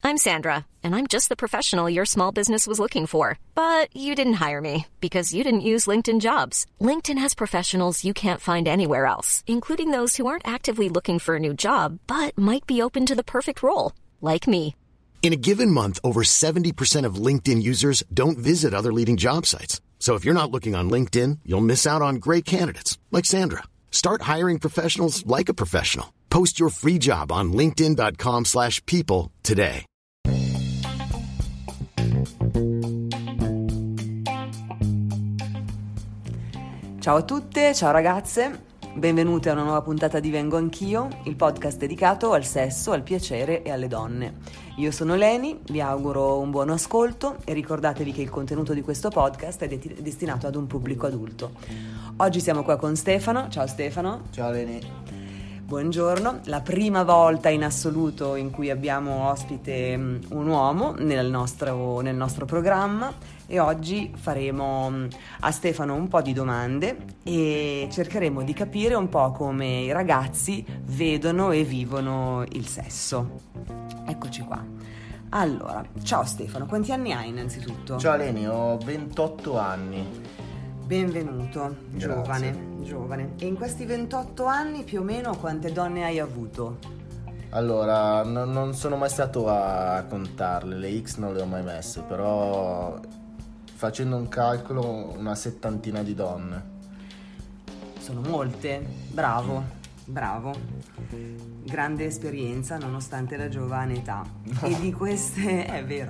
I'm Sandra, and I'm just the professional your small business was looking for. But you didn't hire me because you didn't use LinkedIn Jobs. LinkedIn has professionals you can't find anywhere else, including those who aren't actively looking for a new job, but might be open to the perfect role, like me. In a given month, over 70% of LinkedIn users don't visit other leading job sites. So if you're not looking on LinkedIn, you'll miss out on great candidates like Sandra. Start hiring professionals like a professional. Post your free job on linkedin.com/people today. Ciao a tutte, ciao ragazze, benvenute a una nuova puntata di Vengo Anch'io, il podcast dedicato al sesso, al piacere e alle donne. Io sono Leni, vi auguro un buon ascolto e ricordatevi che il contenuto di questo podcast è destinato ad un pubblico adulto. Oggi siamo qua con Stefano, ciao Stefano. Ciao Leni. Buongiorno, la prima volta in assoluto in cui abbiamo ospite un uomo nel nostro programma e oggi faremo a Stefano un po' di domande e cercheremo di capire un po' come i ragazzi vedono e vivono il sesso. Eccoci qua. Allora, ciao Stefano, quanti anni hai innanzitutto? Ciao Leni, ho 28 anni. Benvenuto, Grazie. giovane. E in questi 28 anni più o meno quante donne hai avuto? Allora, non sono mai stato a contarle, le X non le ho mai messe, però facendo un calcolo una settantina di donne. Sono molte, bravo. Grande esperienza nonostante la giovane età. No. E di queste, è vero,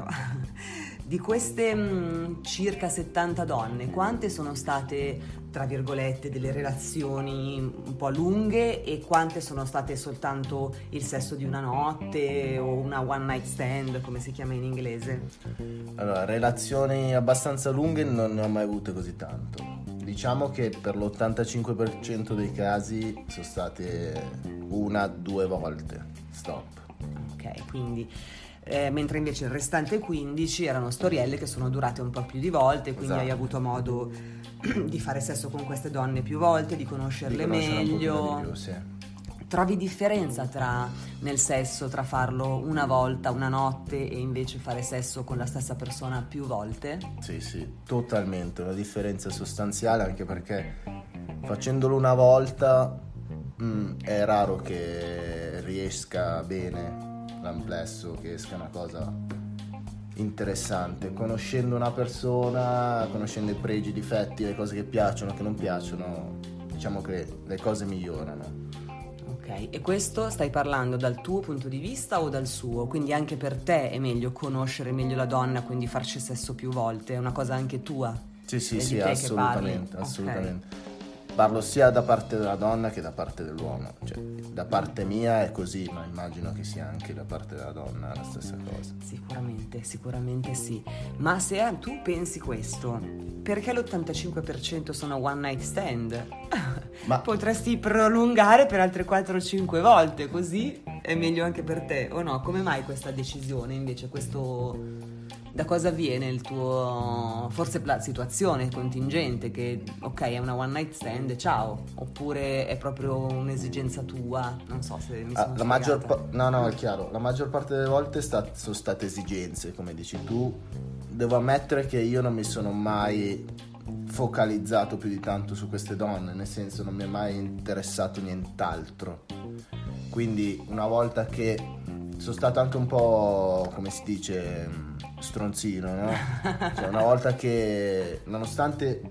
di queste circa 70 donne, quante sono state, tra virgolette, delle relazioni un po' lunghe e quante sono state soltanto il sesso di una notte o una one night stand, come si chiama in inglese? Allora, relazioni abbastanza lunghe non ne ho mai avute così tanto. Diciamo che per l'85% dei casi sono state 1-2 volte, stop. Ok, quindi mentre invece il restante 15 erano storielle che sono durate un po' più di volte, quindi esatto. Hai avuto modo di fare sesso con queste donne più volte, di conoscerle meglio. Un po' più, sì. Trovi differenza nel sesso tra farlo una volta, una notte e invece fare sesso con la stessa persona più volte? Sì, totalmente, una differenza sostanziale, anche perché facendolo una volta è raro che riesca bene l'amplesso, che esca una cosa interessante. Conoscendo una persona, conoscendo i pregi, i difetti, le cose che piacciono, che non piacciono, diciamo che le cose migliorano. Ok, e questo stai parlando dal tuo punto di vista o dal suo? Quindi anche per te è meglio conoscere meglio la donna, quindi farci sesso più volte, è una cosa anche tua? Sì, assolutamente. Parlo sia da parte della donna che da parte dell'uomo, cioè da parte mia è così, ma immagino che sia anche da parte della donna la stessa cosa. Sicuramente sì. Ma se tu pensi questo, perché l'85% sono one night stand? Ma potresti prolungare per altre 4-5 volte, così è meglio anche per te, o no? Come mai questa decisione invece, questo... Da cosa viene il tuo, forse la situazione contingente che ok è una one night stand, ciao, oppure è proprio un'esigenza tua? Non so se mi sono No, è chiaro, la maggior parte delle volte sono state esigenze, come dici tu. Devo ammettere che io non mi sono mai focalizzato più di tanto su queste donne, nel senso non mi è mai interessato nient'altro, quindi una volta che sono stato anche un po', come si dice, stronzino, no? Cioè una volta che, nonostante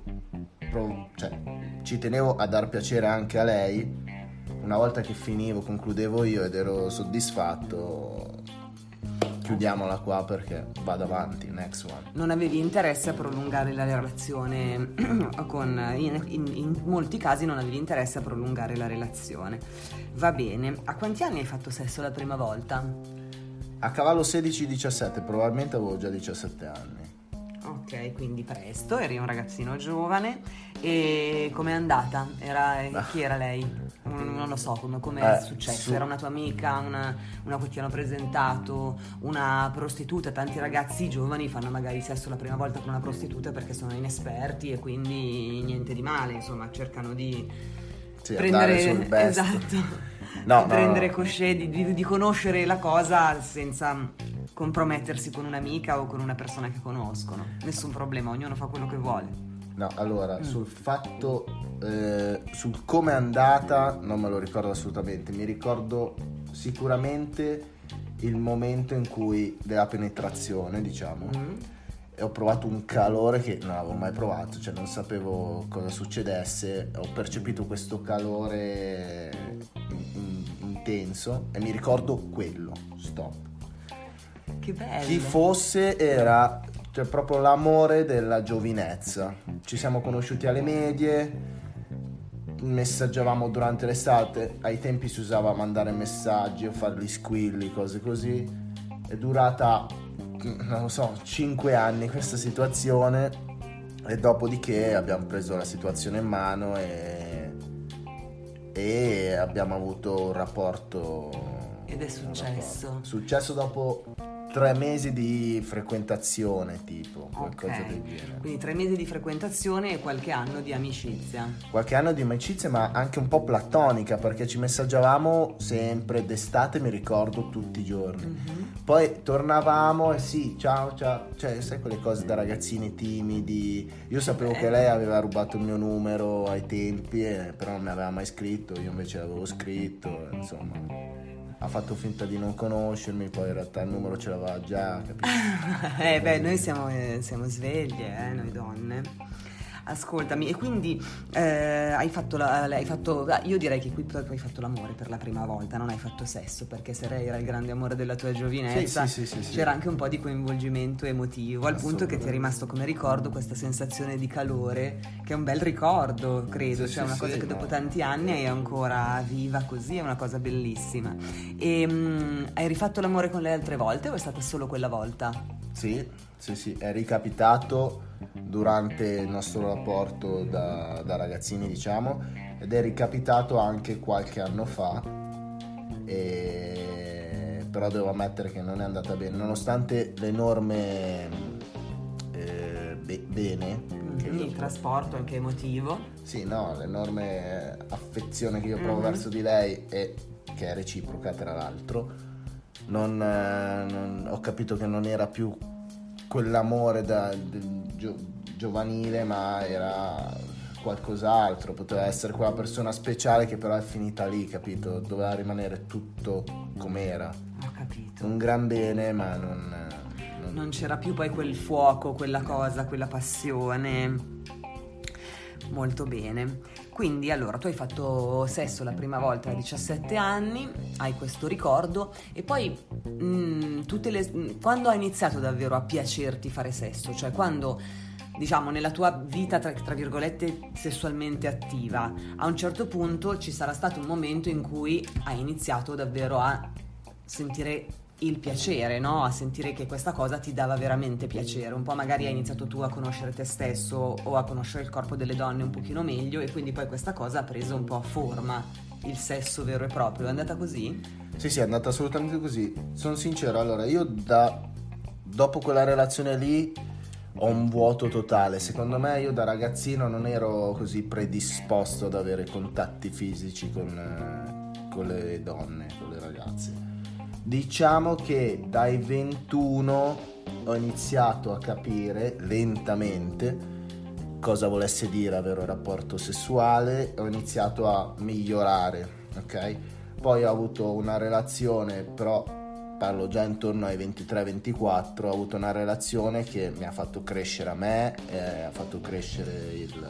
ci tenevo a dar piacere anche a lei, una volta che concludevo io ed ero soddisfatto, chiudiamola qua perché vado avanti, next one. Non avevi interesse a prolungare la relazione in molti casi non avevi interesse a prolungare la relazione. Va bene, a quanti anni hai fatto sesso la prima volta? A cavallo 16-17, probabilmente avevo già 17 anni. Ok, quindi presto, eri un ragazzino giovane. E com'è andata? Chi era lei? Non lo so, come è successo? Era una tua amica, una che ti hanno presentato, una prostituta? Tanti ragazzi giovani fanno magari sesso la prima volta con una prostituta perché sono inesperti e quindi niente di male, insomma, cercano di prendere sul best. esatto. Prendere coscienza di conoscere la cosa senza compromettersi con un'amica o con una persona che conoscono. Nessun problema, ognuno fa quello che vuole. No, allora, sul fatto, sul come è andata non me lo ricordo assolutamente. Mi ricordo sicuramente il momento in cui, della penetrazione, diciamo, e ho provato un calore che non avevo mai provato, cioè non sapevo cosa succedesse, ho percepito questo calore intenso e mi ricordo quello, stop. Che bello. Chi fosse era, cioè, proprio l'amore della giovinezza. Ci siamo conosciuti alle medie, messaggiavamo durante l'estate, ai tempi si usava mandare messaggi o fare gli squilli, cose così. È durata, non lo so, 5 anni questa situazione, e dopodiché abbiamo preso la situazione in mano e abbiamo avuto un rapporto. Ed è successo? Successo dopo 3 mesi di frequentazione, tipo, qualcosa del genere. Quindi 3 mesi di frequentazione e qualche anno di amicizia. Qualche anno di amicizia, ma anche un po' platonica, perché ci messaggiavamo sempre d'estate, mi ricordo, tutti i giorni. Poi tornavamo e sì, ciao, cioè sai quelle cose da ragazzini timidi. Io sapevo che lei aveva rubato il mio numero ai tempi, però non mi aveva mai scritto, io invece l'avevo scritto, insomma. Ha fatto finta di non conoscermi, poi in realtà il numero ce l'aveva già, capito? Noi siamo sveglie, noi donne. Ascoltami, e quindi io direi che qui poi hai fatto l'amore per la prima volta, non hai fatto sesso, perché se lei era il grande amore della tua giovinezza, sì, c'era anche un po' di coinvolgimento emotivo, al punto che ti è rimasto come ricordo questa sensazione di calore, che è un bel ricordo, credo, cioè una cosa che dopo tanti anni è ancora viva così, è una cosa bellissima. E hai rifatto l'amore con lei altre volte o è stata solo quella volta? Sì, è ricapitato durante il nostro rapporto da ragazzini, diciamo, ed è ricapitato anche qualche anno fa, però devo ammettere che non è andata bene, nonostante l'enorme bene, il trasporto anche emotivo. Sì, no, l'enorme affezione che io provo verso di lei, e che è reciproca tra l'altro, ho capito che non era più quell'amore giovanile, ma era qualcos'altro, poteva essere quella persona speciale che però è finita lì, capito? Doveva rimanere tutto com'era. Ho capito. Un gran bene, ma non c'era più poi quel fuoco, quella cosa, quella passione. Molto bene. Quindi allora tu hai fatto sesso la prima volta a 17 anni, hai questo ricordo, e poi quando hai iniziato davvero a piacerti fare sesso, cioè quando, diciamo, nella tua vita tra virgolette sessualmente attiva, a un certo punto ci sarà stato un momento in cui hai iniziato davvero a sentire il piacere, no? A sentire che questa cosa ti dava veramente piacere. Un po' magari hai iniziato tu a conoscere te stesso o a conoscere il corpo delle donne un pochino meglio, e quindi poi questa cosa ha preso un po' forma, il sesso vero e proprio. È andata così? Sì, è andata assolutamente così. Sono sincero, allora io dopo quella relazione lì ho un vuoto totale. Secondo me io da ragazzino non ero così predisposto ad avere contatti fisici con le donne, con le ragazze. Diciamo che dai 21 ho iniziato a capire lentamente cosa volesse dire avere un rapporto sessuale, ho iniziato a migliorare, ok? Poi ho avuto una relazione, però parlo già intorno ai 23-24, ho avuto una relazione che mi ha fatto crescere a me, ha fatto crescere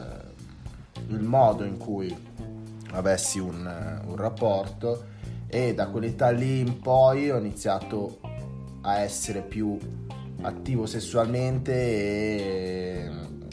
il modo in cui avessi un rapporto, e da quell'età lì in poi ho iniziato a essere più attivo sessualmente e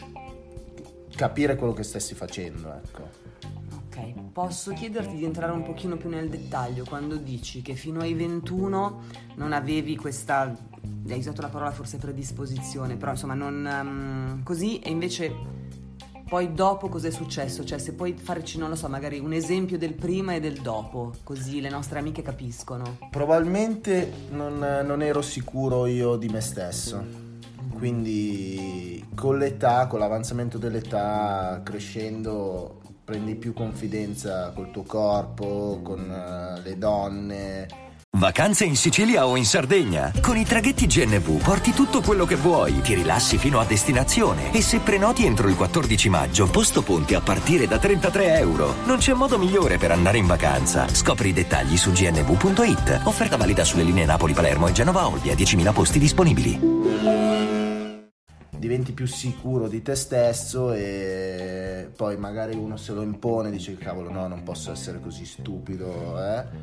capire quello che stessi facendo, ecco. Ok, posso chiederti di entrare un pochino più nel dettaglio quando dici che fino ai 21 non avevi questa, hai usato la parola forse predisposizione, però insomma non così, e invece poi dopo cos'è successo? Cioè se puoi farci, non lo so, magari un esempio del prima e del dopo, così le nostre amiche capiscono. Probabilmente non ero sicuro io di me stesso, quindi con l'età, con l'avanzamento dell'età, crescendo, prendi più confidenza col tuo corpo, con le donne, Vacanze in Sicilia o in Sardegna? Con i traghetti GNV porti tutto quello che vuoi, ti rilassi fino a destinazione e se prenoti entro il 14 maggio, posto ponti a partire da €33. Non c'è modo migliore per andare in vacanza. Scopri i dettagli su gnv.it. Offerta valida sulle linee Napoli-Palermo e Genova-Olbia, 10.000 posti disponibili. Diventi più sicuro di te stesso e poi magari uno se lo impone, dice cavolo no, non posso essere così stupido,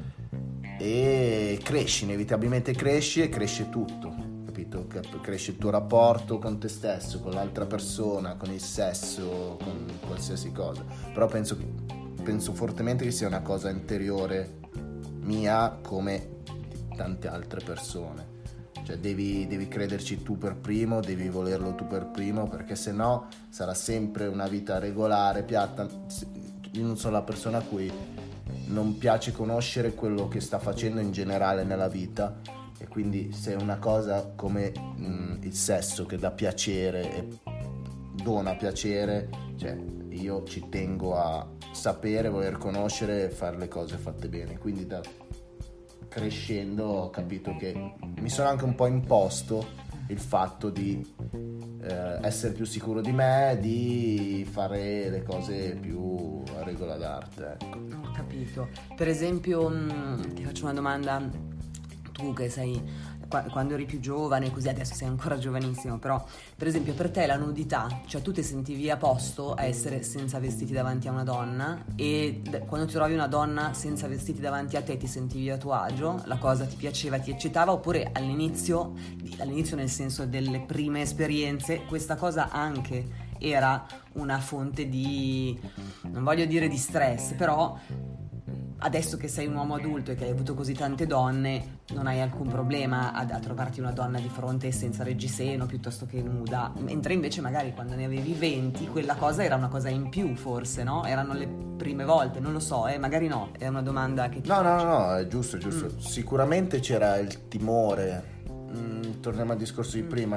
e cresci, inevitabilmente cresci e cresce tutto, capito? Cresce il tuo rapporto con te stesso, con l'altra persona, con il sesso, con qualsiasi cosa. Però penso fortemente che sia una cosa interiore mia come di tante altre persone. Cioè devi crederci tu per primo, devi volerlo tu per primo, perché se no sarà sempre una vita regolare, piatta. Io non sono la persona a cui non piace conoscere quello che sta facendo in generale nella vita, e quindi se è una cosa come il sesso che dà piacere e dona piacere, cioè io ci tengo a sapere, voler conoscere e fare le cose fatte bene. Quindi crescendo ho capito che mi sono anche un po' imposto il fatto di essere più sicuro di me, di fare le cose più a regola d'arte, ecco. Ho capito. Per esempio, ti faccio una domanda, tu che sei quando eri più giovane, così adesso sei ancora giovanissimo, però per esempio per te la nudità, cioè tu ti sentivi a posto a essere senza vestiti davanti a una donna, e quando ti trovi una donna senza vestiti davanti a te ti sentivi a tuo agio? La cosa ti piaceva, ti eccitava? Oppure all'inizio nel senso delle prime esperienze, questa cosa anche era una fonte di, non voglio dire di stress, però adesso che sei un uomo adulto e che hai avuto così tante donne, non hai alcun problema a trovarti una donna di fronte senza reggiseno piuttosto che nuda, mentre invece magari quando ne avevi 20 quella cosa era una cosa in più, forse, no? Erano le prime volte, non lo so, magari no, è una domanda che ti faccio. No, è giusto. Sicuramente c'era il timore, torniamo al discorso di prima,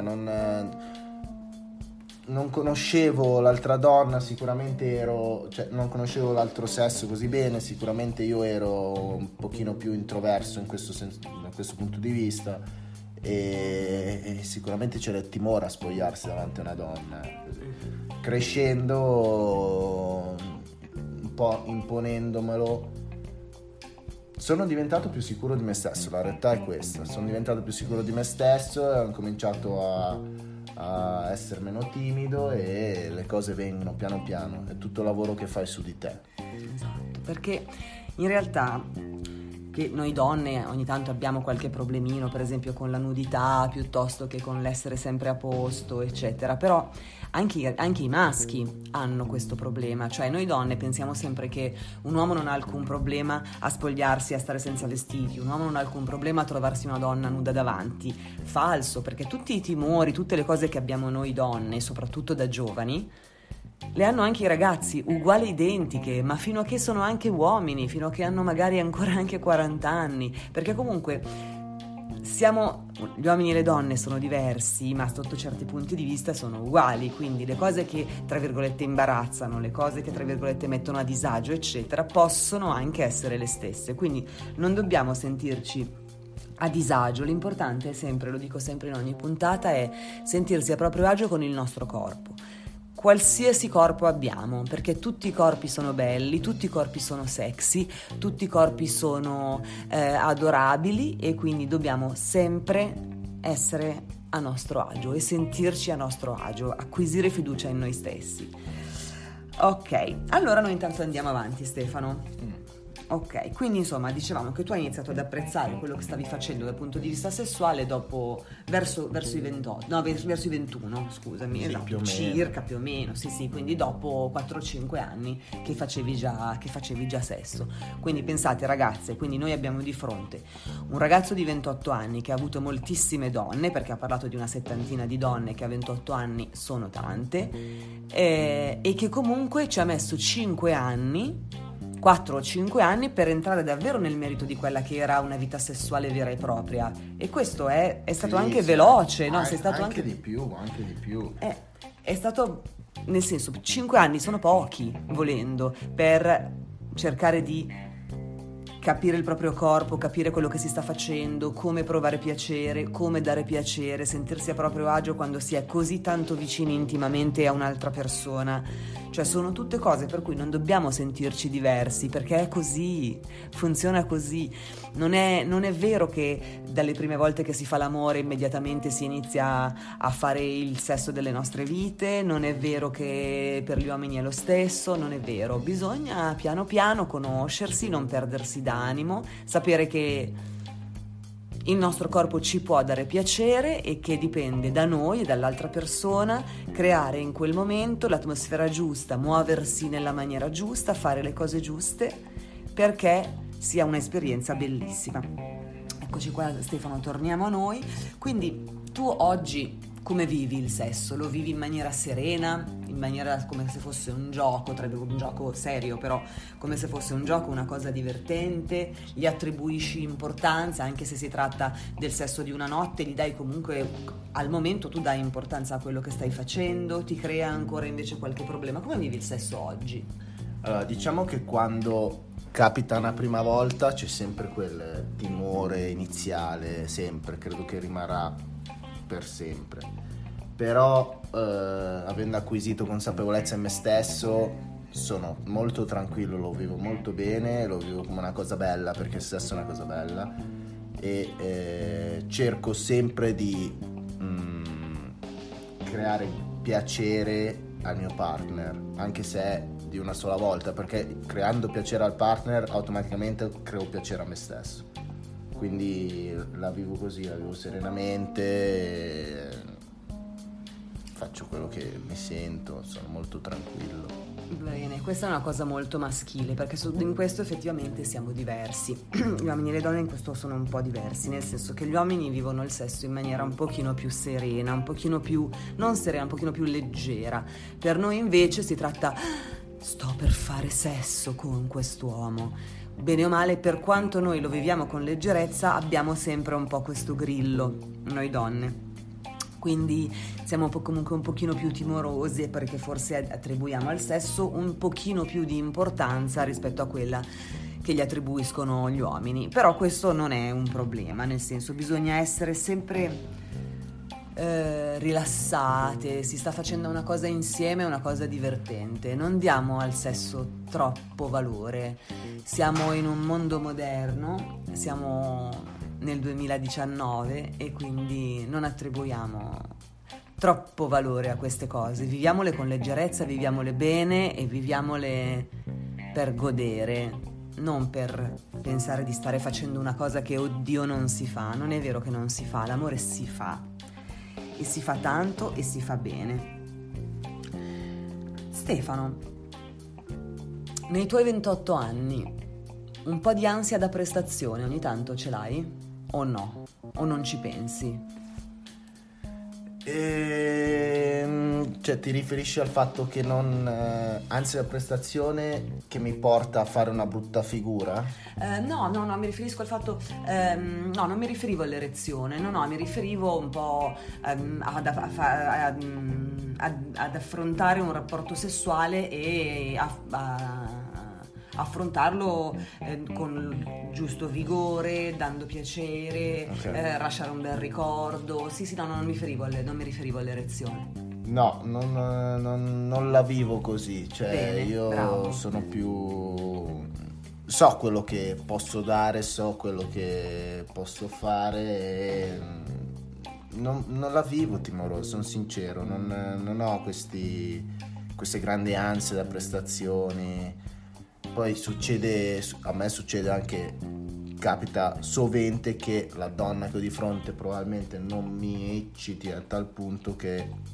non conoscevo l'altra donna, sicuramente non conoscevo l'altro sesso così bene, sicuramente io ero un pochino più introverso in questo senso, da questo punto di vista, e sicuramente c'era il timore a spogliarsi davanti a una donna. Crescendo, un po' imponendomelo, sono diventato più sicuro di me stesso, la realtà è questa, sono diventato più sicuro di me stesso e ho cominciato a essere meno timido, e le cose vengono piano piano, è tutto il lavoro che fai su di te. Esatto, perché in realtà che noi donne ogni tanto abbiamo qualche problemino, per esempio con la nudità piuttosto che con l'essere sempre a posto, eccetera, però anche i maschi hanno questo problema, cioè noi donne pensiamo sempre che un uomo non ha alcun problema a spogliarsi, a stare senza vestiti, un uomo non ha alcun problema a trovarsi una donna nuda davanti. Falso, perché tutti i timori, tutte le cose che abbiamo noi donne, soprattutto da giovani, le hanno anche i ragazzi, uguali, identiche, ma fino a che sono anche uomini, fino a che hanno magari ancora anche 40 anni, perché comunque gli uomini e le donne sono diversi, ma sotto certi punti di vista sono uguali, quindi le cose che tra virgolette imbarazzano, le cose che tra virgolette mettono a disagio, eccetera, possono anche essere le stesse, quindi non dobbiamo sentirci a disagio. L'importante è sempre, lo dico sempre in ogni puntata, è sentirsi a proprio agio con il nostro corpo, qualsiasi corpo abbiamo, perché tutti i corpi sono belli, tutti i corpi sono sexy, tutti i corpi sono adorabili, e quindi dobbiamo sempre essere a nostro agio e sentirci a nostro agio, acquisire fiducia in noi stessi. Ok, allora noi intanto andiamo avanti, Stefano. Ok, quindi insomma dicevamo che tu hai iniziato ad apprezzare quello che stavi facendo dal punto di vista sessuale dopo verso i 28, no, verso i 21, scusami, sì, esatto, più o meno. circa più o meno, sì, quindi dopo 4-5 anni che facevi già sesso. Quindi pensate, ragazze, quindi noi abbiamo di fronte un ragazzo di 28 anni che ha avuto moltissime donne, perché ha parlato di una 70ina di donne che a 28 anni sono tante, e che comunque ci ha messo 4 o 5 anni per entrare davvero nel merito di quella che era una vita sessuale vera e propria, e questo è stato anche veloce, no? Sei stato anche di più. È stato, nel senso, 5 anni sono pochi, volendo, per cercare di capire il proprio corpo, capire quello che si sta facendo, come provare piacere, come dare piacere, sentirsi a proprio agio quando si è così tanto vicini intimamente a un'altra persona. Cioè sono tutte cose per cui non dobbiamo sentirci diversi, perché è così, funziona così. Non è vero che dalle prime volte che si fa l'amore immediatamente si inizia a fare il sesso delle nostre vite, non è vero che per gli uomini è lo stesso, non è vero. Bisogna piano piano conoscersi, non perdersi d'animo, sapere che il nostro corpo ci può dare piacere e che dipende da noi e dall'altra persona creare in quel momento l'atmosfera giusta, muoversi nella maniera giusta, fare le cose giuste perché sia un'esperienza bellissima. Eccoci qua Stefano, torniamo a noi. Quindi tu oggi come vivi il sesso? Lo vivi in maniera serena, in maniera come se fosse un gioco, un gioco serio, però come se fosse un gioco, una cosa divertente, gli attribuisci importanza, anche se si tratta del sesso di una notte, gli dai comunque, al momento tu dai importanza a quello che stai facendo, ti crea ancora invece qualche problema? Come vivi il sesso oggi? Allora, diciamo che quando capita una prima volta c'è sempre quel timore iniziale, sempre, credo che rimarrà per sempre, però avendo acquisito consapevolezza in me stesso sono molto tranquillo, lo vivo molto bene, lo vivo come una cosa bella, perché il sesso è una cosa bella, e cerco sempre di creare piacere al mio partner, anche se è di una sola volta, perché creando piacere al partner automaticamente creo piacere a me stesso. Quindi la vivo così, la vivo serenamente, faccio quello che mi sento, sono molto tranquillo. Bene, questa è una cosa molto maschile, perché in questo effettivamente siamo diversi. Gli uomini e le donne in questo sono un po' diversi, nel senso che gli uomini vivono il sesso in maniera un pochino più serena, un pochino più, non serena, un pochino più leggera. Per noi invece si tratta, sto per fare sesso con quest'uomo. Bene o male, per quanto noi lo viviamo con leggerezza, abbiamo sempre un po' questo grillo, noi donne. Quindi siamo comunque un pochino più timorosi, perché forse attribuiamo al sesso un pochino più di importanza rispetto a quella che gli attribuiscono gli uomini. Però questo non è un problema, nel senso bisogna essere sempre rilassate, si sta facendo una cosa insieme, una cosa divertente, non diamo al sesso troppo valore. Siamo in un mondo moderno, siamo nel 2019 e quindi non attribuiamo troppo valore a queste cose, viviamole con leggerezza, viviamole bene e viviamole per godere, non per pensare di stare facendo una cosa che oddio non si fa. Non è vero che non si fa, l'amore si fa. E si fa tanto e si fa bene. Stefano, nei tuoi 28 anni un po' di ansia da prestazione ogni tanto ce l'hai? O no? O non ci pensi? Cioè ti riferisci al fatto che non ansia da prestazione che mi porta a fare una brutta figura? No, mi riferisco al fatto no, non mi riferivo all'erezione, no, mi riferivo un po' ad affrontare un rapporto sessuale e affrontarlo con il giusto vigore, dando piacere, okay. Lasciare un bel ricordo. Sì, no, non mi riferivo all'erezione. No, non la vivo così, cioè bene, io bravo. Sono più, so quello che posso dare, so quello che posso fare e non la vivo timoroso, sono sincero, non ho queste grandi ansie da prestazioni. Poi a me succede anche, capita sovente che la donna che ho di fronte probabilmente non mi ecciti a tal punto che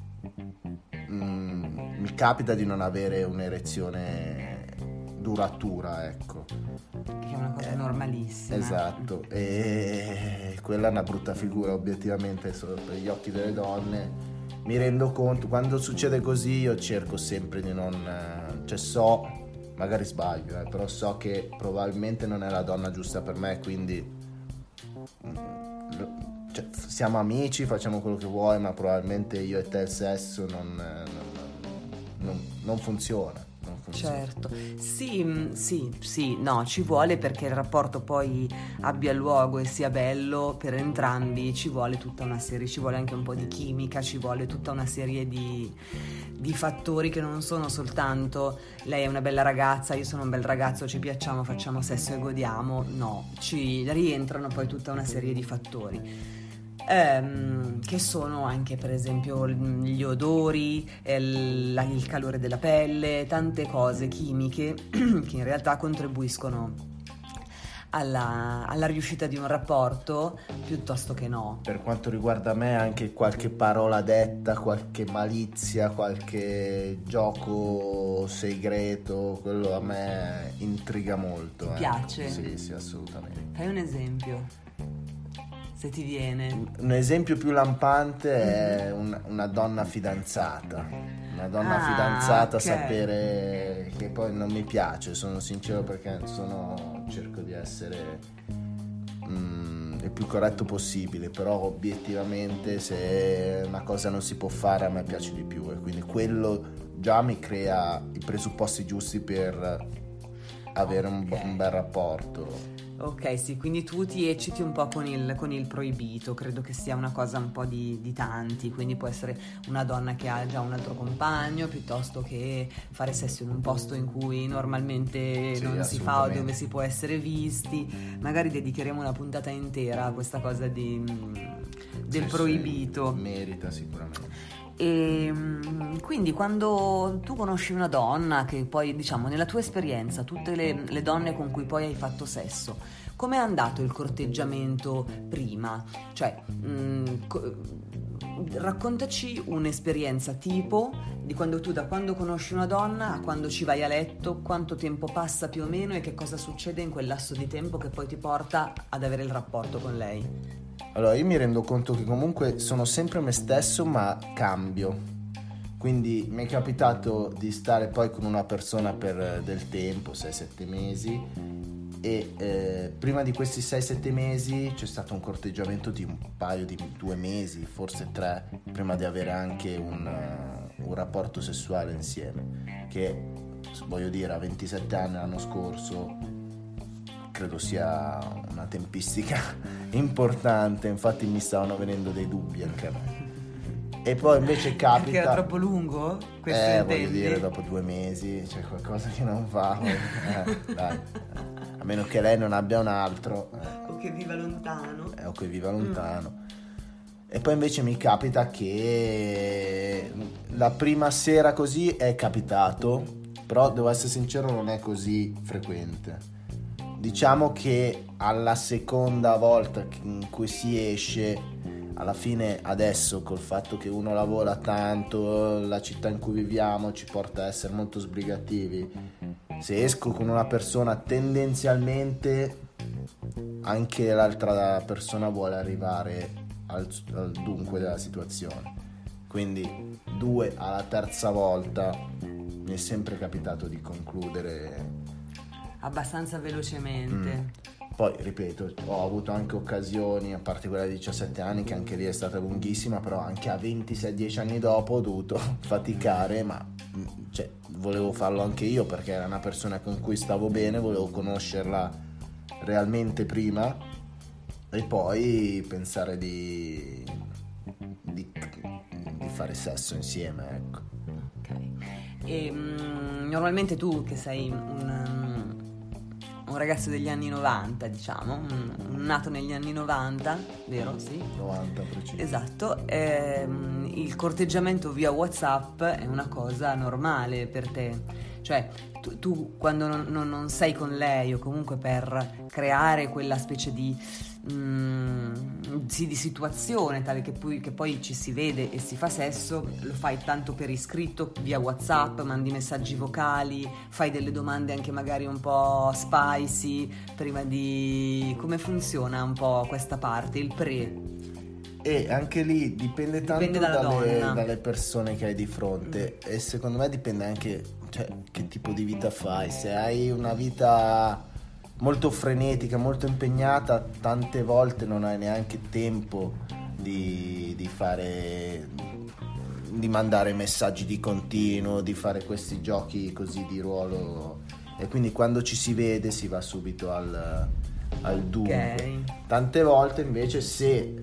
mi capita di non avere un'erezione duratura, ecco. Che è una cosa normalissima. Esatto, e quella è una brutta figura obiettivamente per gli occhi delle donne. Mi rendo conto, quando succede così io cerco sempre di non, cioè so, magari sbaglio, però so che probabilmente non è la donna giusta per me, quindi cioè, siamo amici, facciamo quello che vuoi, ma probabilmente io e te il sesso non funziona. Certo, sì, no, ci vuole, perché il rapporto poi abbia luogo e sia bello per entrambi, ci vuole tutta una serie, ci vuole anche un po' di chimica, ci vuole tutta una serie di fattori che non sono soltanto lei è una bella ragazza, io sono un bel ragazzo, ci piacciamo, facciamo sesso e godiamo, no, ci rientrano poi tutta una serie di fattori. Che sono anche per esempio gli odori, il calore della pelle, tante cose chimiche che in realtà contribuiscono alla riuscita di un rapporto piuttosto che no. Per quanto riguarda me, anche qualche parola detta, qualche malizia, qualche gioco segreto, quello a me intriga molto. Ti piace? Sì, assolutamente. Fai un esempio, se ti viene. Un esempio più lampante è una donna fidanzata. Una donna fidanzata, okay. Sapere che poi non mi piace, sono sincero, perché cerco di essere il più corretto possibile, però obiettivamente se una cosa non si può fare a me piace di più, e quindi quello già mi crea i presupposti giusti per avere un bel rapporto. Ok, sì, quindi tu ti ecciti un po' con il proibito, credo che sia una cosa un po' di tanti, quindi può essere una donna che ha già un altro compagno, piuttosto che fare sesso in un posto in cui normalmente non si fa o dove si può essere visti. Magari dedicheremo una puntata intera a questa cosa del proibito. Merita sicuramente. E quindi quando tu conosci una donna, che poi diciamo nella tua esperienza, tutte le donne con cui poi hai fatto sesso, com'è andato il corteggiamento prima? Cioè raccontaci un'esperienza tipo di da quando conosci una donna a quando ci vai a letto, quanto tempo passa più o meno e che cosa succede in quel lasso di tempo che poi ti porta ad avere il rapporto con lei. Allora, io mi rendo conto che comunque sono sempre me stesso, ma cambio. Quindi mi è capitato di stare poi con una persona per del tempo, 6-7 mesi, e prima di questi 6-7 mesi c'è stato un corteggiamento di un paio di 2 mesi, forse 3, prima di avere anche un rapporto sessuale insieme, che voglio dire, a 27 anni l'anno scorso credo sia una tempistica importante, infatti mi stavano venendo dei dubbi anche a me. E poi invece capita, perché era troppo lungo questo voglio dire, dopo 2 mesi c'è qualcosa che non va, dai, a meno che lei non abbia un altro, o che viva lontano. E poi invece mi capita che la prima sera così è capitato, però devo essere sincero, non è così frequente. Diciamo che alla seconda volta in cui si esce, alla fine adesso col fatto che uno lavora tanto, la città in cui viviamo ci porta a essere molto sbrigativi, se esco con una persona tendenzialmente anche l'altra persona vuole arrivare al dunque della situazione, quindi 2 alla terza volta mi è sempre capitato di concludere abbastanza velocemente. Poi ripeto, ho avuto anche occasioni, a parte quella di 17 anni che anche lì è stata lunghissima, però anche a 26-10 anni dopo ho dovuto faticare, ma volevo farlo anche io perché era una persona con cui stavo bene, volevo conoscerla realmente prima e poi pensare di fare sesso insieme, ecco. Ok. E normalmente tu che sei un ragazzo degli anni 90, diciamo, nato negli anni 90, vero? Sì? 90 preciso. Esatto, il corteggiamento via WhatsApp è una cosa normale per te, cioè tu quando non sei con lei, o comunque per creare quella specie di situazione tale che poi ci si vede e si fa sesso, lo fai tanto per iscritto via WhatsApp, mandi messaggi vocali, fai delle domande anche magari un po' spicy prima di... Come funziona un po' questa parte, il pre? E anche lì dipende tanto dalle dalle persone che hai di fronte, e secondo me dipende anche che tipo di vita fai. Se hai una vita molto frenetica, molto impegnata, tante volte non hai neanche tempo di fare di mandare messaggi di continuo, di fare questi giochi così di ruolo, e quindi quando ci si vede si va subito al dunque. Okay. Tante volte invece, se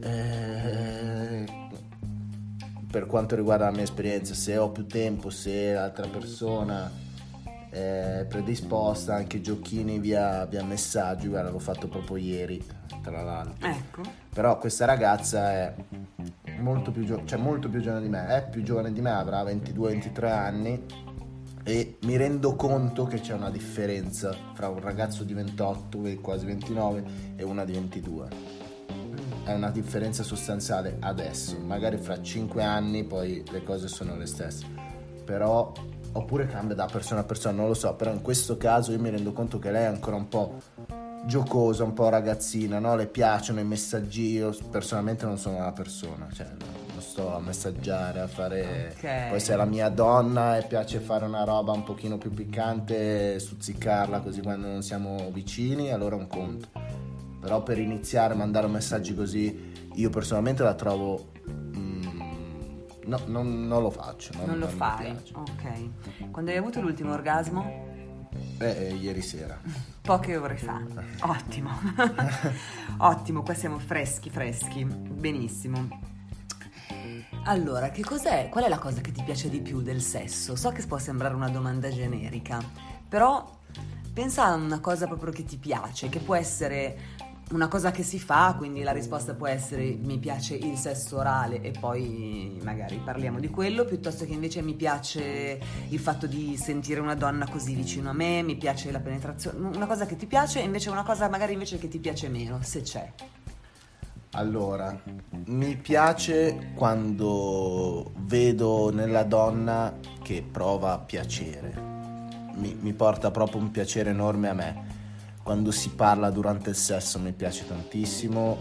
per quanto riguarda la mia esperienza, se ho più tempo, se l'altra persona è predisposta, anche giochini via messaggi. Guarda, l'ho fatto proprio ieri, tra l'altro. Ecco. Però questa ragazza è molto più giovane di me, è più giovane di me, avrà 22-23 anni, e mi rendo conto che c'è una differenza fra un ragazzo di 28, quasi 29, e una di 22. È una differenza sostanziale adesso, magari fra 5 anni poi le cose sono le stesse, però, oppure cambia da persona a persona, non lo so, però in questo caso io mi rendo conto che lei è ancora un po' giocosa, un po' ragazzina, no? Le piacciono i messaggi. Io personalmente non sono una persona, cioè non sto a messaggiare, a fare Okay. Poi se è la mia donna e piace fare una roba un pochino più piccante, stuzzicarla così quando non siamo vicini, allora è un conto. Però per iniziare a mandare messaggi così, io personalmente la trovo no, non lo faccio, Non lo mi fai. piace. Ok. Quando hai avuto l'ultimo orgasmo? Ieri sera. Poche ore fa. Ottimo. Ottimo, qua siamo freschi. Benissimo. Allora, che cos'è? Qual è la cosa che ti piace di più del sesso? So che può sembrare una domanda generica, però pensa a una cosa proprio che ti piace, che può essere una cosa che si fa, quindi la risposta può essere mi piace il sesso orale e poi magari parliamo di quello, piuttosto che invece mi piace il fatto di sentire una donna così vicino a me, mi piace la penetrazione, una cosa che ti piace e invece una cosa magari invece che ti piace meno, se c'è. Allora, mi piace quando vedo nella donna che prova piacere, mi porta proprio un piacere enorme a me. Quando si parla durante il sesso mi piace tantissimo,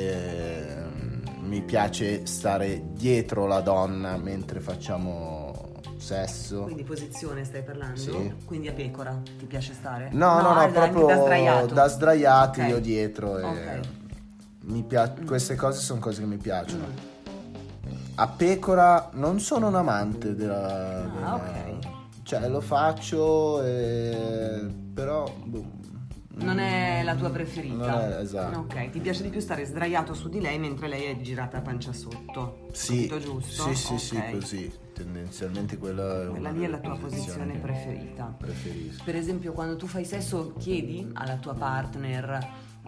mi piace stare dietro la donna mentre facciamo sesso. Quindi posizione stai parlando? Sì. Quindi a pecora ti piace stare? No, proprio da sdraiato. da sdraiati, Ok. io dietro. Ok. Queste cose sono cose che mi piacciono. A pecora non sono un amante della ok. Cioè lo faccio, però Non è la tua preferita? Non è, esatto. Ok, ti piace di più stare sdraiato su di lei mentre lei è girata a pancia sotto? Sì, Capito giusto? sì, Ok. così. Tendenzialmente quella Quella lì è la tua posizione che preferita. preferisco. Per esempio, quando tu fai sesso, chiedi alla tua partner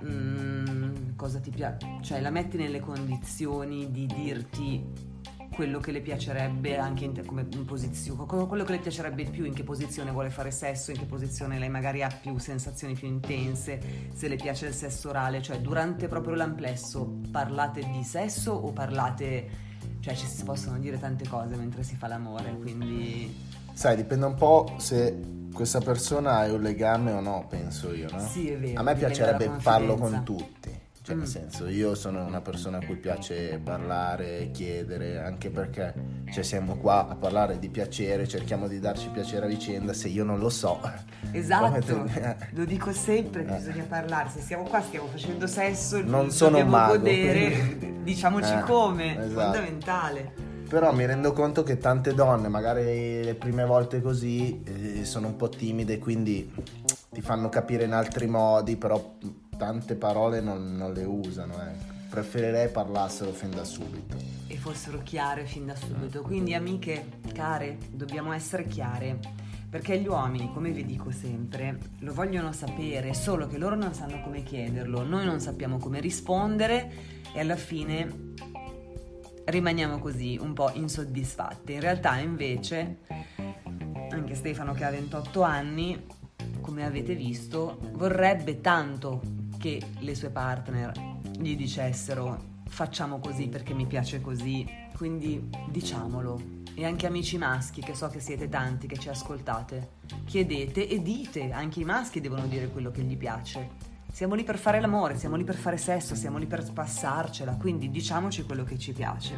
cosa ti piace, cioè la metti nelle condizioni di dirti quello che le piacerebbe anche come in posizione, quello che le piacerebbe più, in che posizione vuole fare sesso, in che posizione lei magari ha più sensazioni più intense, se le piace il sesso orale, cioè durante proprio l'amplesso parlate di sesso o parlate, cioè ci si possono dire tante cose mentre si fa l'amore, quindi Sai, dipende un po' se questa persona ha un legame o no, penso io, no? Sì, è vero, A me dipende piacerebbe dalla farlo confidenza. con tutti. Cioè, nel senso, io sono una persona a cui piace parlare, chiedere, anche perché, cioè, siamo qua a parlare di piacere, cerchiamo di darci piacere a vicenda. Se io non lo so, esatto, lo dico sempre che bisogna parlare, se siamo qua stiamo facendo sesso, Non sono un dobbiamo mago, godere, quindi- diciamoci come, esatto. fondamentale. Però mi rendo conto che tante donne, magari le prime volte così, sono un po' timide, quindi ti fanno capire in altri modi, però tante parole non le usano, Preferirei parlassero fin da subito. E fossero chiare fin da subito, quindi amiche, care, dobbiamo essere chiare, perché gli uomini, come vi dico sempre, lo vogliono sapere, solo che loro non sanno come chiederlo, noi non sappiamo come rispondere e alla fine rimaniamo così un po' insoddisfatti. In realtà invece anche Stefano, che ha 28 anni, come avete visto, vorrebbe tanto che le sue partner gli dicessero facciamo così perché mi piace così, quindi diciamolo. E anche amici maschi, che so che siete tanti che ci ascoltate, chiedete e dite, anche i maschi devono dire quello che gli piace. Siamo lì per fare l'amore, siamo lì per fare sesso, siamo lì per passarcela, quindi diciamoci quello che ci piace.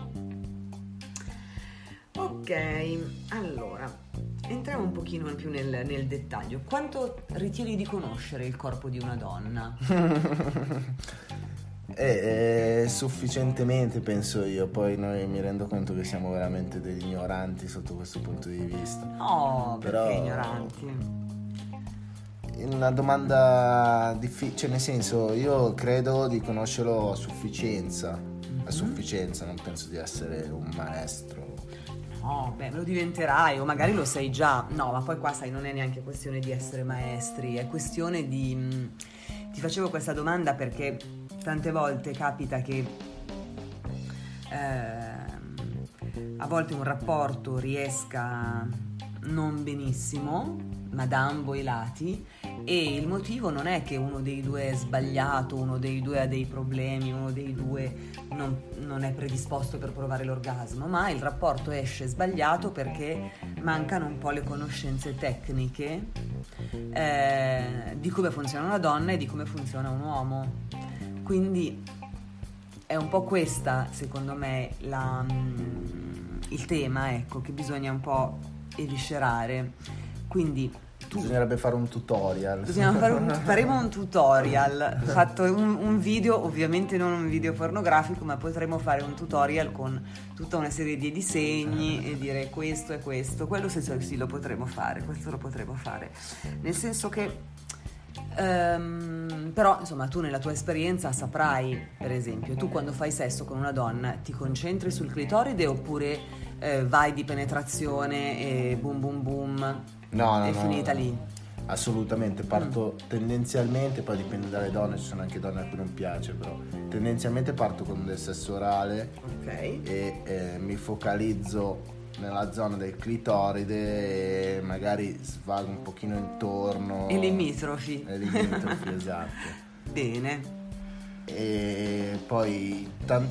Ok, allora, entriamo un pochino più nel dettaglio. Quanto ritieni di conoscere il corpo di una donna? Sufficientemente, penso io. Poi noi mi rendo conto che siamo veramente degli ignoranti sotto questo punto di vista. No, perché ignoranti? Una domanda difficile, cioè nel senso, io credo di conoscerlo a sufficienza. A sufficienza, non penso di essere un maestro. No, beh, lo diventerai, o magari lo sei già. No, ma poi qua, sai, non è neanche questione di essere maestri, è questione di... Ti facevo questa domanda perché tante volte capita che a volte un rapporto riesca non benissimo, ma da ambo i lati, e il motivo non è che uno dei due è sbagliato, uno dei due ha dei problemi, uno dei due non è predisposto per provare l'orgasmo, ma il rapporto esce sbagliato perché mancano un po' le conoscenze tecniche di come funziona una donna e di come funziona un uomo. Quindi è un po' questa, secondo me, il tema, ecco, che bisogna un po' eviscerare. Quindi bisognerebbe fare un tutorial. Faremo un tutorial, fatto un video, ovviamente non un video pornografico, ma potremo fare un tutorial con tutta una serie di disegni e dire questo e questo, quello sì lo potremo fare, questo lo potremo fare, nel senso che però insomma tu nella tua esperienza saprai, per esempio, tu quando fai sesso con una donna ti concentri sul clitoride oppure vai di penetrazione e boom boom boom? No, è finita lì? Assolutamente, parto tendenzialmente, poi dipende dalle donne, ci sono anche donne a cui non piace, però tendenzialmente parto con del sesso orale, okay. E mi focalizzo nella zona del clitoride e magari svago un pochino intorno. E limitrofi. Esatto. Bene. E poi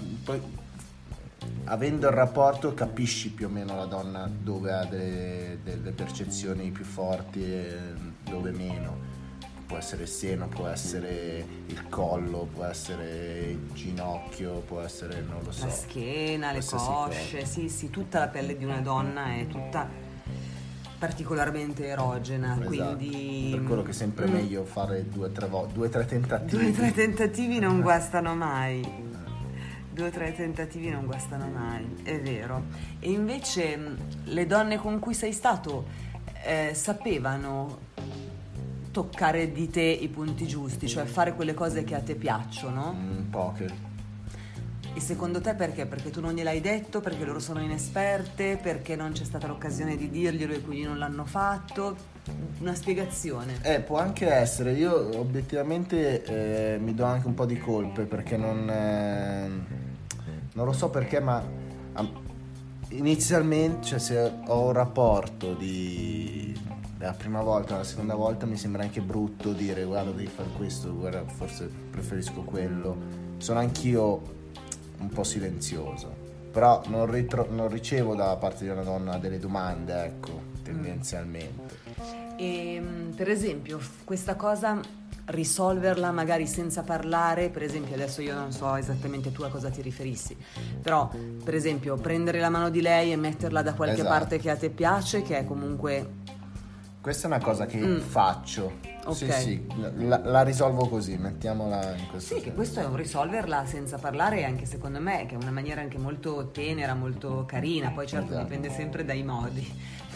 avendo il rapporto capisci più o meno la donna dove ha delle percezioni più forti e dove meno. Può essere il seno, può essere il collo, può essere il ginocchio, può essere, non lo so, la schiena, le cosce, sì, tutta la pelle di una donna è tutta particolarmente erogena, esatto. Quindi per quello che è sempre meglio fare due o tre tentativi. 2 o 3 tentativi non guastano mai. 2 o 3 tentativi non guastano mai, è vero. E invece le donne con cui sei stato sapevano toccare di te i punti giusti, cioè fare quelle cose che a te piacciono? Poche. E secondo te perché? Perché tu non gliel'hai detto, perché loro sono inesperte, perché non c'è stata l'occasione di dirglielo e quindi non l'hanno fatto? Una spiegazione. Può anche essere. Io obiettivamente mi do anche un po' di colpe perché non lo so perché, ma inizialmente, cioè, se ho un rapporto la prima volta, la seconda volta mi sembra anche brutto dire guarda devi fare questo, guarda forse preferisco quello. Sono anch'io un po' silenzioso, però non ricevo da parte di una donna delle domande, ecco, tendenzialmente. E per esempio questa cosa risolverla magari senza parlare, per esempio adesso io non so esattamente tu a cosa ti riferissi, però per esempio prendere la mano di lei e metterla da qualche esatto. parte che a te piace, che è comunque... Questa è una cosa che faccio. Okay. Sì, la risolvo così, mettiamola in questo senso. Che questo è un risolverla senza parlare, anche secondo me, che è una maniera anche molto tenera, molto carina, poi certo esatto. Dipende sempre dai modi,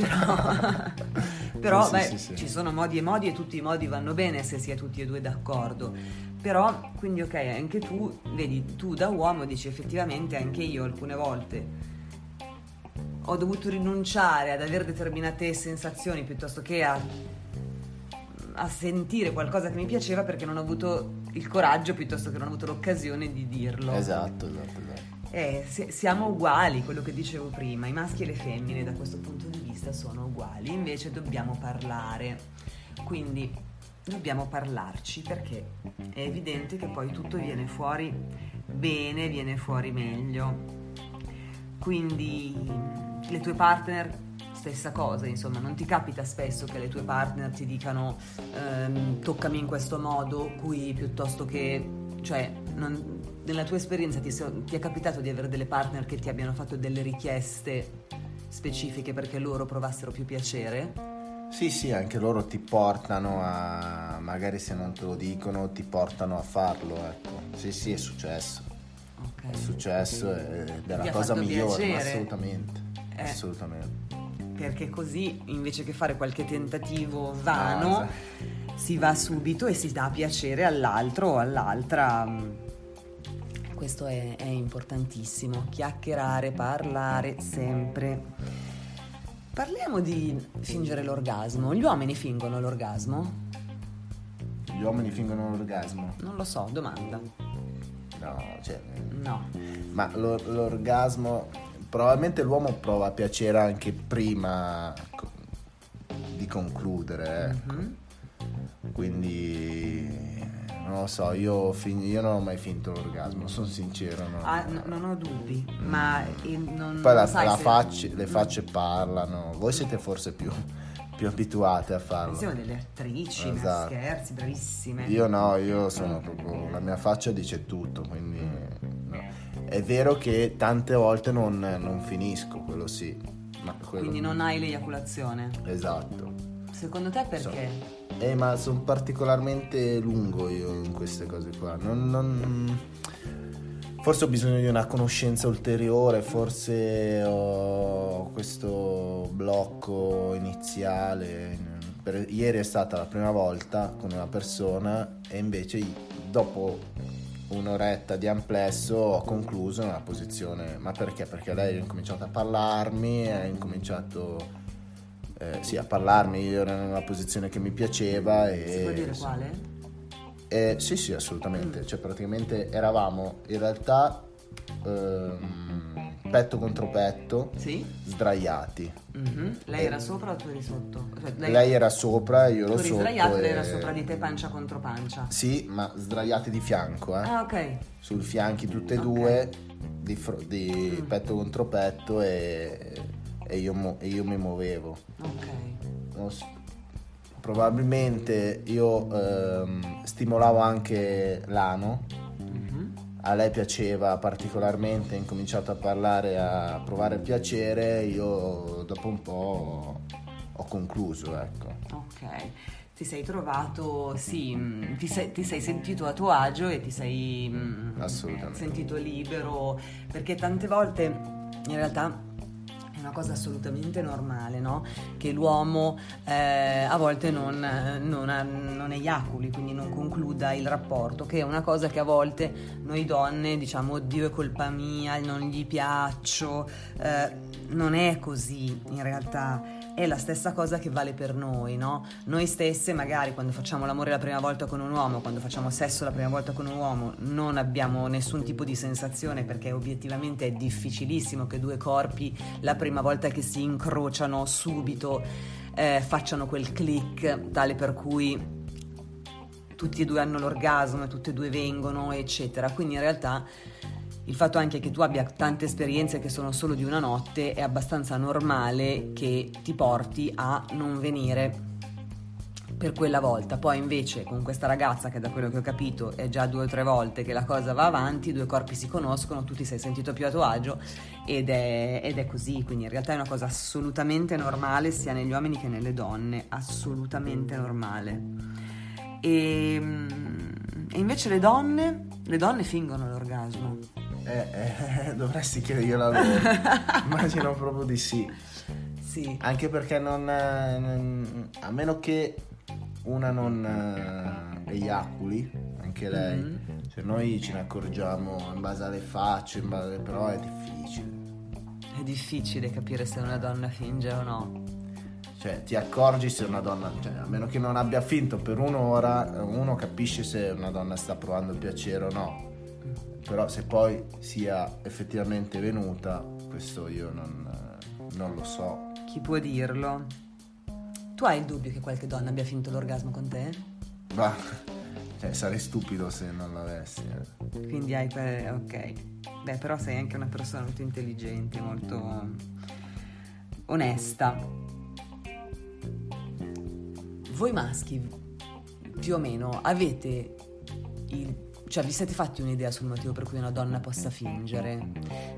però sì. Ci sono modi e modi e tutti i modi vanno bene se si è tutti e due d'accordo, però quindi ok, anche tu, vedi, tu da uomo dici effettivamente anche io alcune volte ho dovuto rinunciare ad avere determinate sensazioni piuttosto che a sentire qualcosa che mi piaceva perché non ho avuto il coraggio piuttosto che non ho avuto l'occasione di dirlo. Esatto. Siamo uguali, quello che dicevo prima, i maschi e le femmine da questo punto di vista sono uguali, invece dobbiamo parlare, quindi dobbiamo parlarci perché è evidente che poi tutto viene fuori bene, viene fuori meglio. Quindi le tue partner stessa cosa, insomma, non ti capita spesso che le tue partner ti dicano toccami in questo modo qui, piuttosto che, cioè, nella tua esperienza ti è capitato di avere delle partner che ti abbiano fatto delle richieste specifiche perché loro provassero più piacere? Sì, anche loro ti portano a, magari se non te lo dicono, ti portano a farlo, ecco. Sì, è successo. Okay. È successo ed è la ha cosa fatto migliore, piacere. Assolutamente. Perché così, invece che fare qualche tentativo vano, si va subito e si dà piacere all'altro o all'altra. Questo è importantissimo. Chiacchierare, parlare sempre. Parliamo di fingere l'orgasmo. Gli uomini fingono l'orgasmo? Gli uomini fingono l'orgasmo? Non lo so, domanda. No. Ma l'orgasmo, probabilmente l'uomo prova piacere anche prima di concludere, ecco. Mm-hmm. Quindi non lo so, io non ho mai finto l'orgasmo, sono sincero. Non ho dubbi, ma non poi sai le facce parlano. Voi siete forse più abituate a farlo. Siamo delle attrici, Esatto. scherzi, bravissime. Io sono proprio, la mia faccia dice tutto, quindi no. È vero che tante volte non finisco, quello sì. Ma quindi non hai l'eiaculazione. Esatto. Secondo te perché? Ma sono particolarmente lungo io in queste cose qua. Forse ho bisogno di una conoscenza ulteriore, forse ho questo blocco iniziale. Ieri è stata la prima volta con una persona e invece dopo un'oretta di amplesso ho concluso nella posizione. Ma perché? Perché lei ha incominciato a parlarmi, ha incominciato a parlarmi, io ero nella posizione che mi piaceva e... Si può dire quale? Sì, assolutamente. Cioè praticamente eravamo in realtà petto contro petto, sì? Sdraiati. Mm-hmm. Lei era sopra o tu eri sotto? Cioè, lei era sopra, io ero sotto. Sdraiato e lei era sopra di te, pancia contro pancia. Sì, ma sdraiati di fianco, Ah, ok. Sul fianchi tutte e due, di petto contro petto e io mi muovevo. Ok. Probabilmente io stimolavo anche l'ano. Mm-hmm. A lei piaceva particolarmente, ha incominciato a parlare, a provare piacere, io dopo un po' ho concluso, ecco. Ok, ti sei trovato, sì, ti sei sentito a tuo agio e ti sei Assolutamente. sentito libero, perché tante volte in realtà è una cosa assolutamente normale, no? Che l'uomo a volte non eiaculi, quindi non concluda il rapporto, che è una cosa che a volte noi donne diciamo oddio è colpa mia, non gli piaccio, non è così in realtà. È la stessa cosa che vale per noi, no? Noi stesse magari quando facciamo l'amore la prima volta con un uomo, quando facciamo sesso la prima volta con un uomo, non abbiamo nessun tipo di sensazione, perché obiettivamente è difficilissimo che due corpi la prima volta che si incrociano subito facciano quel click tale per cui tutti e due hanno l'orgasmo e tutti e due vengono, eccetera. Quindi in realtà il fatto anche che tu abbia tante esperienze che sono solo di una notte è abbastanza normale che ti porti a non venire per quella volta. Poi invece con questa ragazza, che da quello che ho capito è già 2 o 3 volte che la cosa va avanti, 2 corpi si conoscono, tu ti sei sentito più a tuo agio ed è così. Quindi in realtà è una cosa assolutamente normale sia negli uomini che nelle donne, assolutamente normale. E invece le donne fingono l'orgasmo. Dovresti chiedergliela loro. Immagino proprio di sì. Sì. Anche perché a meno che una non eiaculi, anche lei, cioè noi ce ne accorgiamo in base alle facce, però è difficile. È difficile capire se una donna finge o no. Cioè ti accorgi se una donna, cioè, a meno che non abbia finto per un'ora, uno capisce se una donna sta provando piacere o no. Però se poi sia effettivamente venuta, questo io non lo so. Chi può dirlo? Tu hai il dubbio che qualche donna abbia finto l'orgasmo con te? Ma sarei stupido se non l'avessi. Quindi hai ok. Beh, però sei anche una persona molto intelligente, molto onesta. Voi maschi più o meno avete cioè vi siete fatti un'idea sul motivo per cui una donna possa fingere?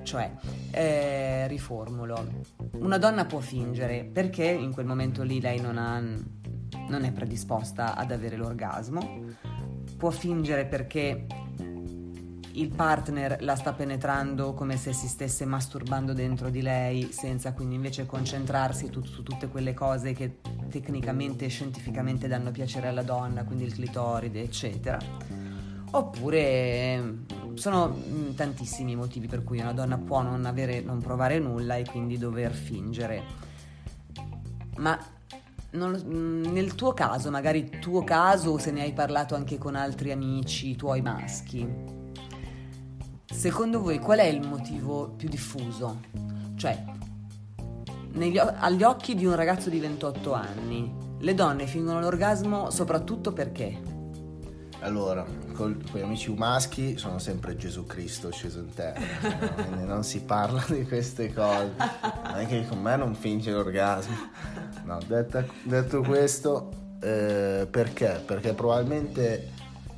Cioè, riformulo, una donna può fingere perché in quel momento lì lei non è predisposta ad avere l'orgasmo, può fingere perché il partner la sta penetrando come se si stesse masturbando dentro di lei, senza quindi invece concentrarsi su tutte quelle cose che tecnicamente e scientificamente danno piacere alla donna, quindi il clitoride eccetera. Oppure sono tantissimi motivi per cui una donna può non provare nulla e quindi dover fingere. Ma nel tuo caso, magari tuo caso, se ne hai parlato anche con altri amici tuoi maschi, secondo voi qual è il motivo più diffuso? Cioè, agli occhi di un ragazzo di 28 anni, le donne fingono l'orgasmo soprattutto perché? Allora, con gli amici maschi sono sempre Gesù Cristo sceso in terra, no? Quindi non si parla di queste cose, anche con me non finge l'orgasmo. No, detto questo, perché? Perché probabilmente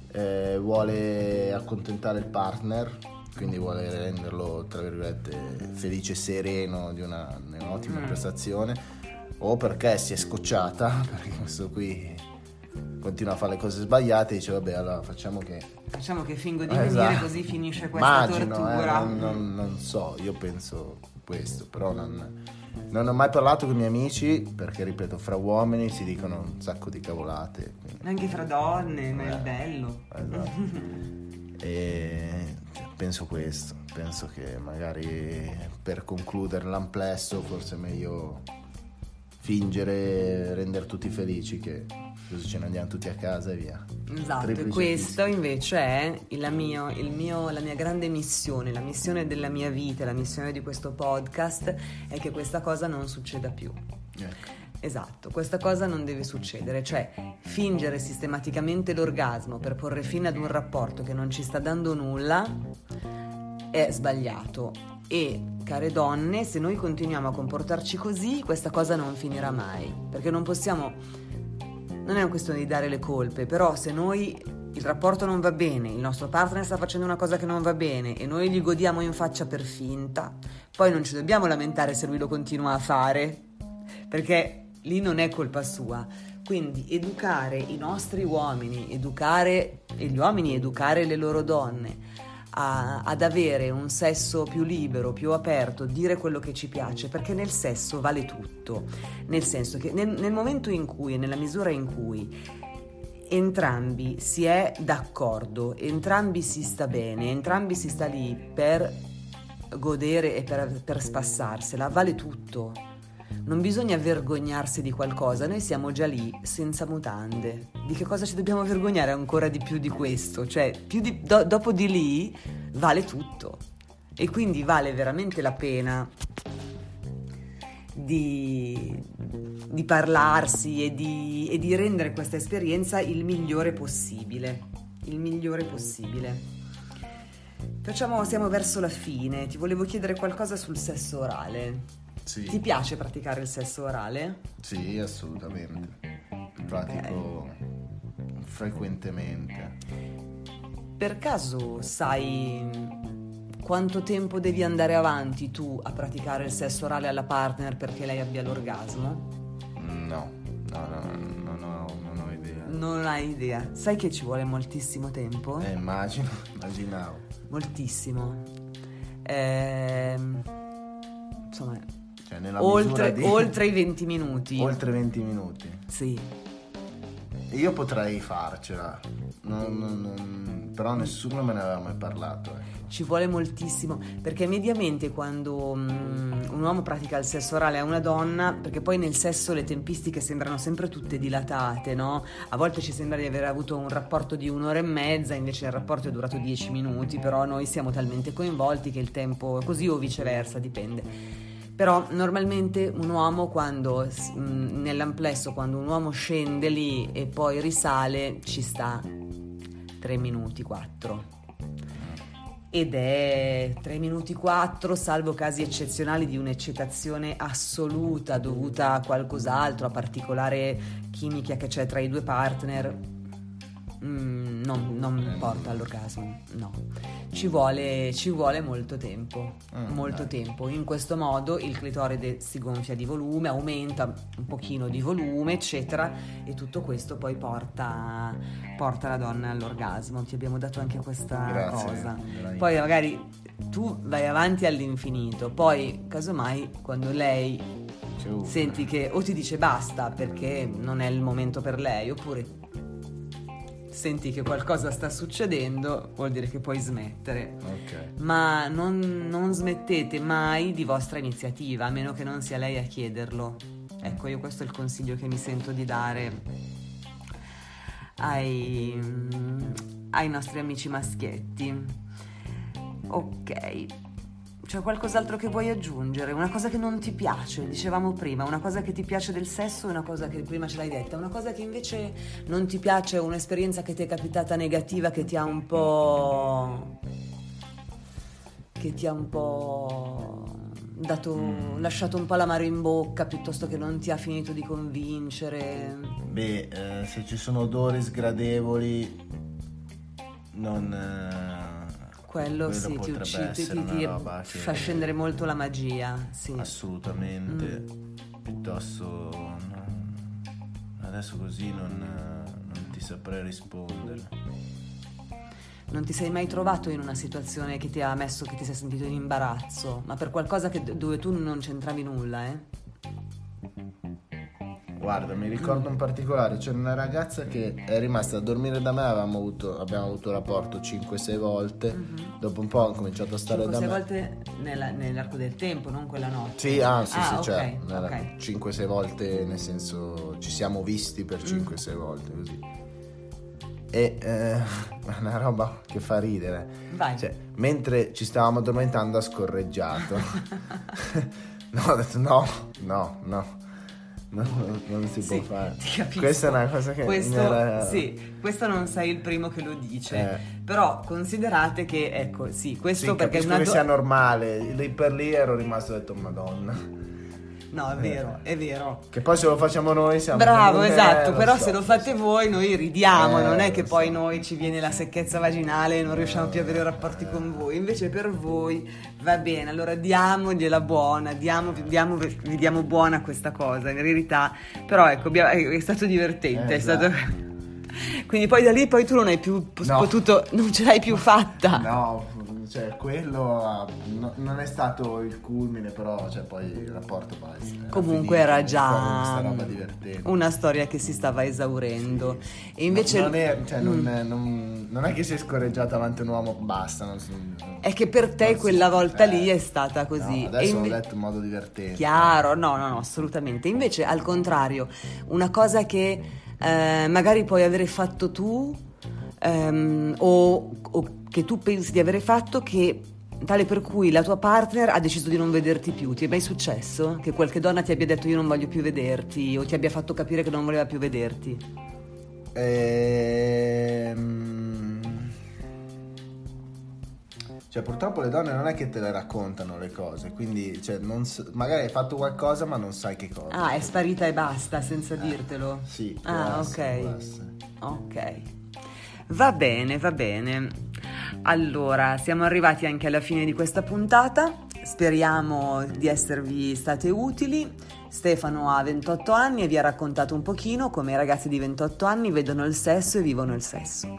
vuole accontentare il partner, quindi vuole renderlo, tra virgolette, felice e sereno di un'ottima prestazione, o perché si è scocciata, perché questo qui continua a fare le cose sbagliate e dice vabbè, allora facciamo che fingo di venire, così finisce questa tortura. Non so, io penso questo, però non ho mai parlato con i miei amici, perché ripeto, fra uomini si dicono un sacco di cavolate, quindi. Anche fra donne, ma è bello. Esatto. E penso questo, penso che magari per concludere l'amplesso forse è meglio fingere, rendere tutti felici, che così ce ne andiamo tutti a casa e via. Esatto, e questo invece è la mia grande missione, la missione della mia vita, la missione di questo podcast è che questa cosa non succeda più. Ecco. Esatto, questa cosa non deve succedere, cioè fingere sistematicamente l'orgasmo per porre fine ad un rapporto che non ci sta dando nulla è sbagliato. E care donne, se noi continuiamo a comportarci così, questa cosa non finirà mai, perché non è una questione di dare le colpe, però se noi il rapporto non va bene, il nostro partner sta facendo una cosa che non va bene e noi gli godiamo in faccia per finta, poi non ci dobbiamo lamentare se lui lo continua a fare, perché lì non è colpa sua. Quindi educare i nostri uomini, educare le loro donne ad avere un sesso più libero, più aperto, dire quello che ci piace, perché nel sesso vale tutto, nel senso che nel momento in cui, nella misura in cui entrambi si è d'accordo, entrambi si sta bene, entrambi si sta lì per godere e per spassarsela, vale tutto. Non bisogna vergognarsi di qualcosa, noi siamo già lì senza mutande. Di che cosa ci dobbiamo vergognare ancora di più di questo? Cioè, dopo di lì vale tutto. E quindi vale veramente la pena di parlarsi e di rendere questa esperienza il migliore possibile. Il migliore possibile. Siamo verso la fine. Ti volevo chiedere qualcosa sul sesso orale. Sì. Ti piace praticare il sesso orale? Sì, assolutamente. Pratico frequentemente. Per caso sai quanto tempo devi andare avanti tu a praticare il sesso orale alla partner perché lei abbia l'orgasmo? No, non ho idea. Non hai idea. Sai che ci vuole moltissimo tempo? Immaginavo. Moltissimo. Insomma, oltre i 20 minuti. Oltre 20 minuti? Sì. Io potrei farcela, però nessuno me ne aveva mai parlato. Ecco. Ci vuole moltissimo, perché mediamente quando un uomo pratica il sesso orale a una donna, perché poi nel sesso le tempistiche sembrano sempre tutte dilatate, no? A volte ci sembra di aver avuto un rapporto di 1 ora e mezza, invece il rapporto è durato 10 minuti, però noi siamo talmente coinvolti che il tempo è così o viceversa, dipende. Però normalmente un uomo nell'amplesso, quando un uomo scende lì e poi risale, ci sta 3 minuti, 4. Ed è 3 minuti 4, salvo casi eccezionali di un'eccitazione assoluta dovuta a qualcos'altro, a particolare chimica che c'è tra i due partner. non porta all'orgasmo, no. Ci vuole molto tempo, molto tempo. In questo modo il clitoride si gonfia di volume, aumenta un pochino di volume, eccetera, e tutto questo poi porta la donna all'orgasmo. Ti abbiamo dato anche questa cosa. Poi magari tu vai avanti all'infinito, poi casomai quando lei senti che o ti dice basta perché non è il momento per lei, oppure senti che qualcosa sta succedendo, vuol dire che puoi smettere. Ma non smettete mai di vostra iniziativa, a meno che non sia lei a chiederlo. Ecco, io questo è il consiglio che mi sento di dare ai nostri amici maschietti. Ok, c'è qualcos'altro che vuoi aggiungere? Una cosa che non ti piace, dicevamo prima, una cosa che ti piace del sesso e una cosa che prima ce l'hai detta, una cosa che invece non ti piace, un'esperienza che ti è capitata negativa, che ti ha un po' lasciato un po' l'amaro in bocca, piuttosto che non ti ha finito di convincere. Se ci sono odori sgradevoli, quello sì, ti fa scendere molto la magia, sì. Assolutamente. Piuttosto adesso così non ti saprei rispondere. Non ti sei mai trovato in una situazione che ti ha messo, che ti sei sentito in imbarazzo, ma per qualcosa dove tu non c'entravi nulla, Guarda, mi ricordo in particolare, c'era una ragazza che è rimasta a dormire da me, abbiamo avuto rapporto 5-6 volte, dopo un po' ho cominciato a stare da me. 5-6 volte nell'arco del tempo, non quella notte? Sì, okay, cioè, okay. 5-6 volte, nel senso ci siamo visti per 5-6 volte, così. E una roba che fa ridere. Vai. Cioè, mentre ci stavamo addormentando ha scorreggiato. No, ho detto no. Non si può fare. Ti capisco. Questa è una cosa che questo non sei il primo che lo dice. Però considerate che, ecco, questo perché capisco che sia normale. Lì per lì ero rimasto, ho detto Madonna. No, è vero. Che poi se lo facciamo noi siamo... Bravo, esatto, però se lo fate so. voi noi ridiamo, non è che poi noi ci viene la secchezza vaginale e non riusciamo più a avere rapporti con voi. Invece per voi va bene, allora diamogliela buona, vi diamo buona questa cosa, in verità. Però ecco, è stato divertente, è stato... Quindi poi da lì poi tu non hai più potuto, non ce l'hai più fatta. No, cioè quello non è stato il culmine, però cioè poi il rapporto comunque era già una storia che si stava esaurendo. Sì. E invece non è che si è scorreggiata davanti a un uomo, basta, è che per te quella volta lì è stata così. No, adesso l'ho detto in modo divertente. Chiaro, no, assolutamente. Invece al contrario, una cosa che magari puoi avere fatto tu o che tu pensi di avere fatto, che tale per cui la tua partner ha deciso di non vederti più. Ti è mai successo che qualche donna ti abbia detto io non voglio più vederti, o ti abbia fatto capire che non voleva più vederti? Cioè purtroppo le donne non è che te le raccontano le cose, quindi cioè, magari hai fatto qualcosa ma non sai che cosa. È sparita e basta senza dirtelo? Sì. Ok. Va bene. Allora, siamo arrivati anche alla fine di questa puntata. Speriamo di esservi state utili. Stefano ha 28 anni e vi ha raccontato un pochino come i ragazzi di 28 anni vedono il sesso e vivono il sesso.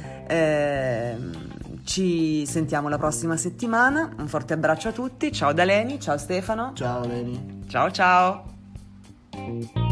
Ci sentiamo la prossima settimana. Un forte abbraccio a tutti. Ciao da Leni, ciao Stefano. Ciao Leni. Ciao.